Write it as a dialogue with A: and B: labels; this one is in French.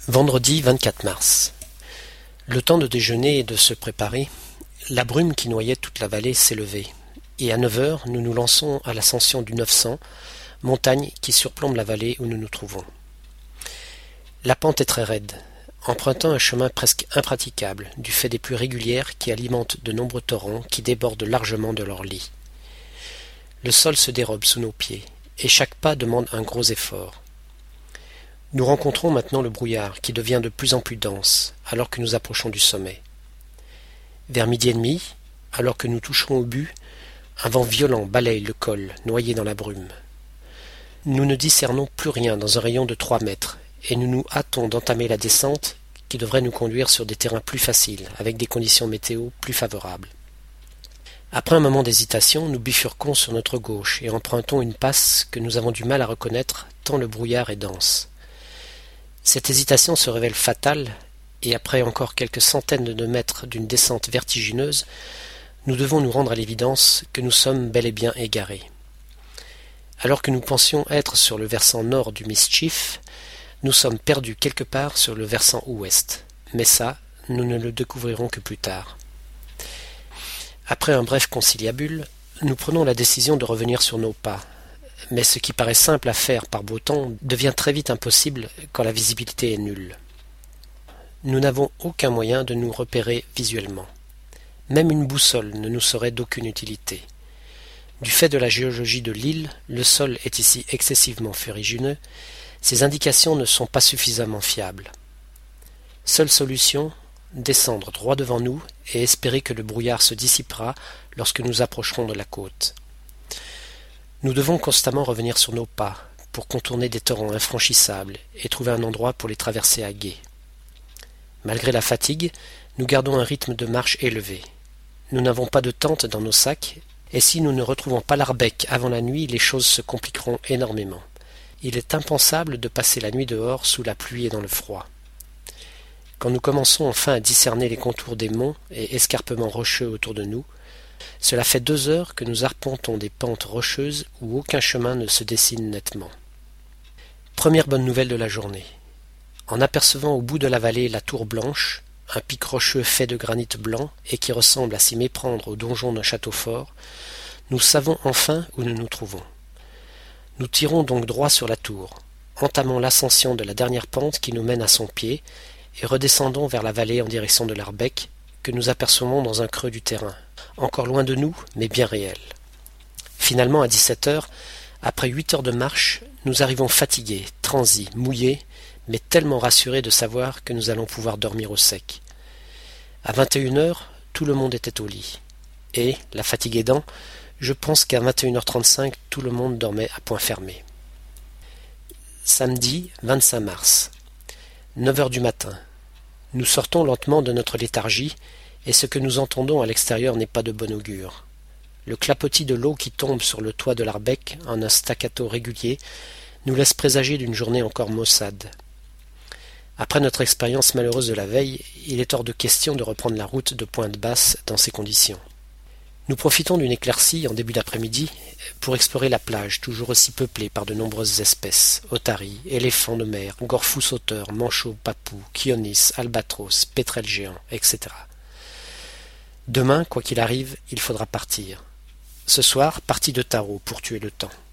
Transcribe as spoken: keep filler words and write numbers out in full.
A: Vendredi vingt-quatre mars. Le temps de déjeuner et de se préparer, la brume qui noyait toute la vallée s'est levée, et à neuf heures nous nous lançons à l'ascension du neuf cents, montagne qui surplombe la vallée où nous nous trouvons. La pente est très raide, empruntant un chemin presque impraticable du fait des pluies régulières qui alimentent de nombreux torrents qui débordent largement de leur lit. Le sol se dérobe sous nos pieds, et chaque pas demande un gros effort. Nous rencontrons maintenant le brouillard qui devient de plus en plus dense alors que nous approchons du sommet. Vers midi et demi, alors que nous toucherons au but, un vent violent balaye le col, noyé dans la brume. Nous ne discernons plus rien dans un rayon de trois mètres, et nous nous hâtons d'entamer la descente qui devrait nous conduire sur des terrains plus faciles, avec des conditions météo plus favorables. Après un moment d'hésitation, nous bifurquons sur notre gauche et empruntons une passe que nous avons du mal à reconnaître tant le brouillard est dense. Cette hésitation se révèle fatale, et après encore quelques centaines de mètres d'une descente vertigineuse, nous devons nous rendre à l'évidence que nous sommes bel et bien égarés. Alors que nous pensions être sur le versant nord du Mischief, nous sommes perdus quelque part sur le versant ouest, mais ça, nous ne le découvrirons que plus tard. Après un bref conciliabule, nous prenons la décision de revenir sur nos pas, mais ce qui paraît simple à faire par beau temps devient très vite impossible quand la visibilité est nulle. Nous n'avons aucun moyen de nous repérer visuellement. Même une boussole ne nous serait d'aucune utilité. Du fait de la géologie de l'île, le sol est ici excessivement ferrugineux, ces indications ne sont pas suffisamment fiables. Seule solution, descendre droit devant nous et espérer que le brouillard se dissipera lorsque nous approcherons de la côte. Nous devons constamment revenir sur nos pas pour contourner des torrents infranchissables et trouver un endroit pour les traverser à gué. Malgré la fatigue, nous gardons un rythme de marche élevé. Nous n'avons pas de tente dans nos sacs, et si nous ne retrouvons pas l'Arbec avant la nuit, les choses se compliqueront énormément. Il est impensable de passer la nuit dehors sous la pluie et dans le froid. Quand nous commençons enfin à discerner les contours des monts et escarpements rocheux autour de nous, cela fait deux heures que nous arpentons des pentes rocheuses où aucun chemin ne se dessine nettement. Première bonne nouvelle de la journée. En apercevant au bout de la vallée la tour blanche, un pic rocheux fait de granit blanc et qui ressemble à s'y méprendre au donjon d'un château fort, nous savons enfin où nous nous trouvons. Nous tirons donc droit sur la tour, entamons l'ascension de la dernière pente qui nous mène à son pied et redescendons vers la vallée en direction de l'Arbec que nous apercevons dans un creux du terrain, encore loin de nous, mais bien réel. Finalement, à dix-sept heures, après huit heures de marche, nous arrivons fatigués, transis, mouillés, mais tellement rassurés de savoir que nous allons pouvoir dormir au sec. À vingt et une heures, tout le monde était au lit. Et, la fatigue aidant, je pense qu'à vingt et une heures trente-cinq, tout le monde dormait à point fermé. Samedi vingt-cinq mars. neuf heures du matin. Nous sortons lentement de notre léthargie, et ce que nous entendons à l'extérieur n'est pas de bon augure. Le clapotis de l'eau qui tombe sur le toit de l'Arbec en un staccato régulier nous laisse présager d'une journée encore maussade. Après notre expérience malheureuse de la veille, il est hors de question de reprendre la route de Pointe-Basse dans ces conditions. Nous profitons d'une éclaircie en début d'après-midi pour explorer la plage, toujours aussi peuplée par de nombreuses espèces, otaries, éléphants de mer, gorfous sauteurs, manchots, papous, chionis, albatros, pétrels géants, et cetera. Demain, quoi qu'il arrive, il faudra partir. Ce soir, partie de tarot pour tuer le temps.